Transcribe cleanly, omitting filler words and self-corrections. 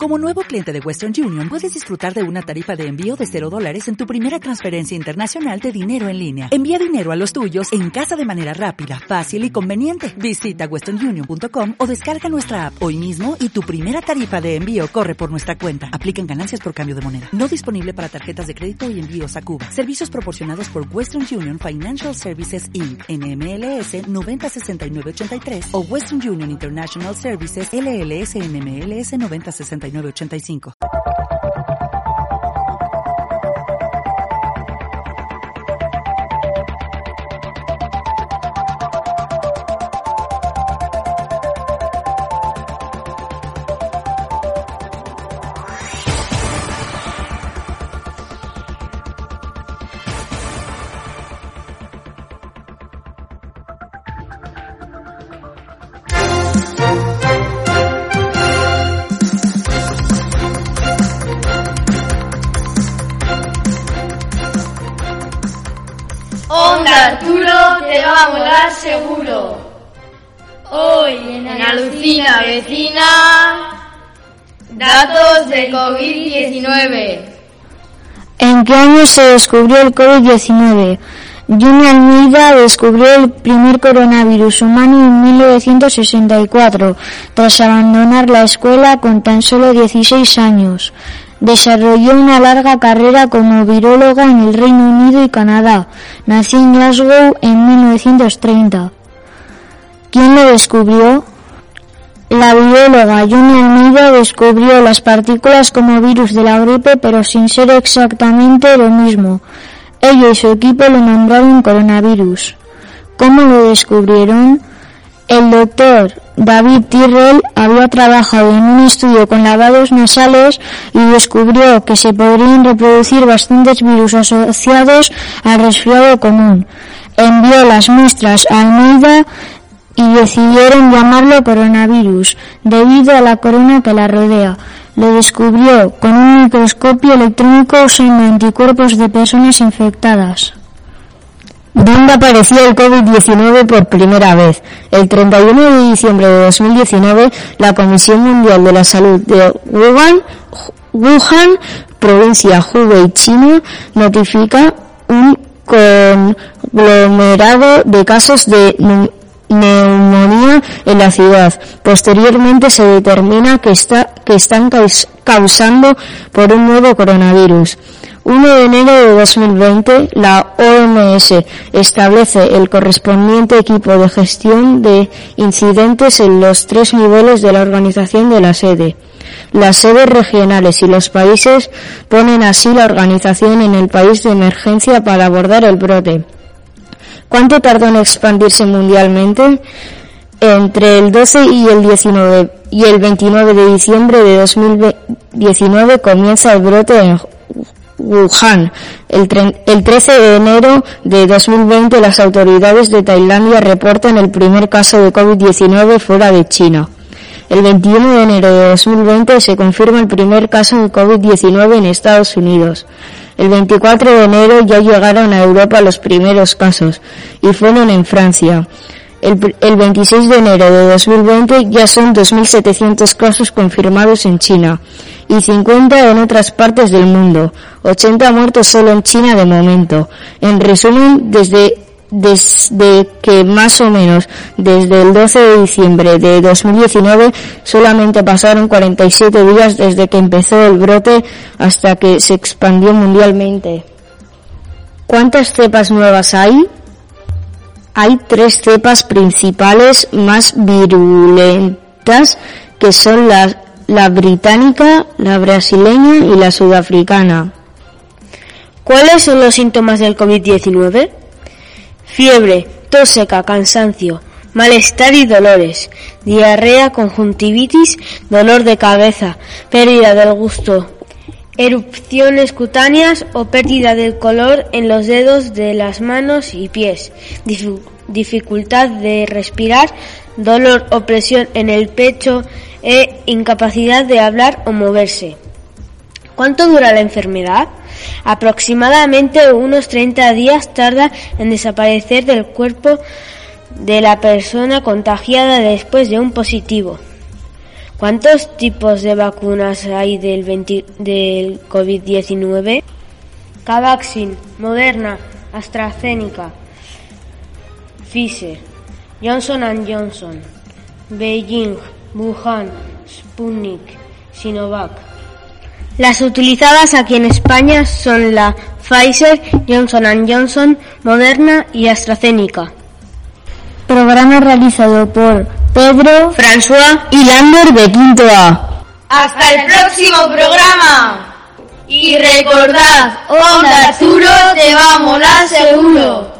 Como nuevo cliente de Western Union, puedes disfrutar de una tarifa de envío de $0 en tu primera transferencia internacional de dinero en línea. Envía dinero a los tuyos en casa de manera rápida, fácil y conveniente. Visita westernunion.com o descarga nuestra app hoy mismo y tu primera tarifa de envío corre por nuestra cuenta. Aplican ganancias por cambio de moneda. No disponible para tarjetas de crédito y envíos a Cuba. Servicios proporcionados por Western Union Financial Services Inc. NMLS 906983 o Western Union International Services LLS NMLS 906985. Onda Arturo te va a molar seguro. Hoy en Alucina Vecina, datos de COVID-19. ¿En qué año se descubrió el COVID-19? Johnny Almeida descubrió el primer coronavirus humano en 1964, tras abandonar la escuela con tan solo 16 años. Desarrolló una larga carrera como viróloga en el Reino Unido y Canadá. Nació en Glasgow en 1930. ¿Quién lo descubrió? La bióloga Johnny Almeida descubrió las partículas como virus de la gripe, pero sin ser exactamente lo mismo. Ella y su equipo lo nombraron coronavirus. ¿Cómo lo descubrieron? El doctor David Tyrrell había trabajado en un estudio con lavados nasales y descubrió que se podrían reproducir bastantes virus asociados al resfriado común. Envió las muestras a Almeida y decidieron llamarlo coronavirus, debido a la corona que la rodea. Lo descubrió con un microscopio electrónico usando anticuerpos de personas infectadas. ¿Dónde apareció el COVID-19 por primera vez? El 31 de diciembre de 2019, la Comisión Mundial de la Salud de Wuhan, provincia Hubei, China, notifica un conglomerado de casos de neumonía en la ciudad. Posteriormente se determina que están causando por un nuevo coronavirus. 1 de enero de 2020, la OMS establece el correspondiente equipo de gestión de incidentes en los 3 niveles de la organización de la sede. Las sedes regionales y los países ponen así la organización en el país de emergencia para abordar el brote. ¿Cuánto tardó en expandirse mundialmente? Entre el 12 y el 29 de diciembre de 2019 comienza el brote en Wuhan. El 13 de enero de 2020 las autoridades de Tailandia reportan el primer caso de COVID-19 fuera de China. El 21 de enero de 2020 se confirma el primer caso de COVID-19 en Estados Unidos. El 24 de enero ya llegaron a Europa los primeros casos y fueron en Francia. El 26 de enero de 2020 ya son 2.700 casos confirmados en China y 50 en otras partes del mundo. 80 muertos solo en China de momento. En resumen, desde que más o menos desde el 12 de diciembre de 2019 solamente pasaron 47 días desde que empezó el brote hasta que se expandió mundialmente. ¿Cuántas cepas nuevas hay? Hay 3 cepas principales más virulentas, que son la británica, la brasileña y la sudafricana. ¿Cuáles son los síntomas del COVID-19? Fiebre, tos seca, cansancio, malestar y dolores, diarrea, conjuntivitis, dolor de cabeza, pérdida del gusto, erupciones cutáneas o pérdida del color en los dedos de las manos y pies, dificultad de respirar, dolor o presión en el pecho e incapacidad de hablar o moverse. ¿Cuánto dura la enfermedad? Aproximadamente unos 30 días tarda en desaparecer del cuerpo de la persona contagiada después de un positivo. ¿Cuántos tipos de vacunas hay del COVID-19? Covaxin, Moderna, AstraZeneca, Pfizer, Johnson & Johnson, Beijing, Wuhan, Sputnik, Sinovac. Las utilizadas aquí en España son la Pfizer, Johnson & Johnson, Moderna y AstraZeneca. Programa realizado por Pedro, François y Lander de quinto A. ¡Hasta el próximo programa! Y recordad, Onda Arturo te va a molar seguro.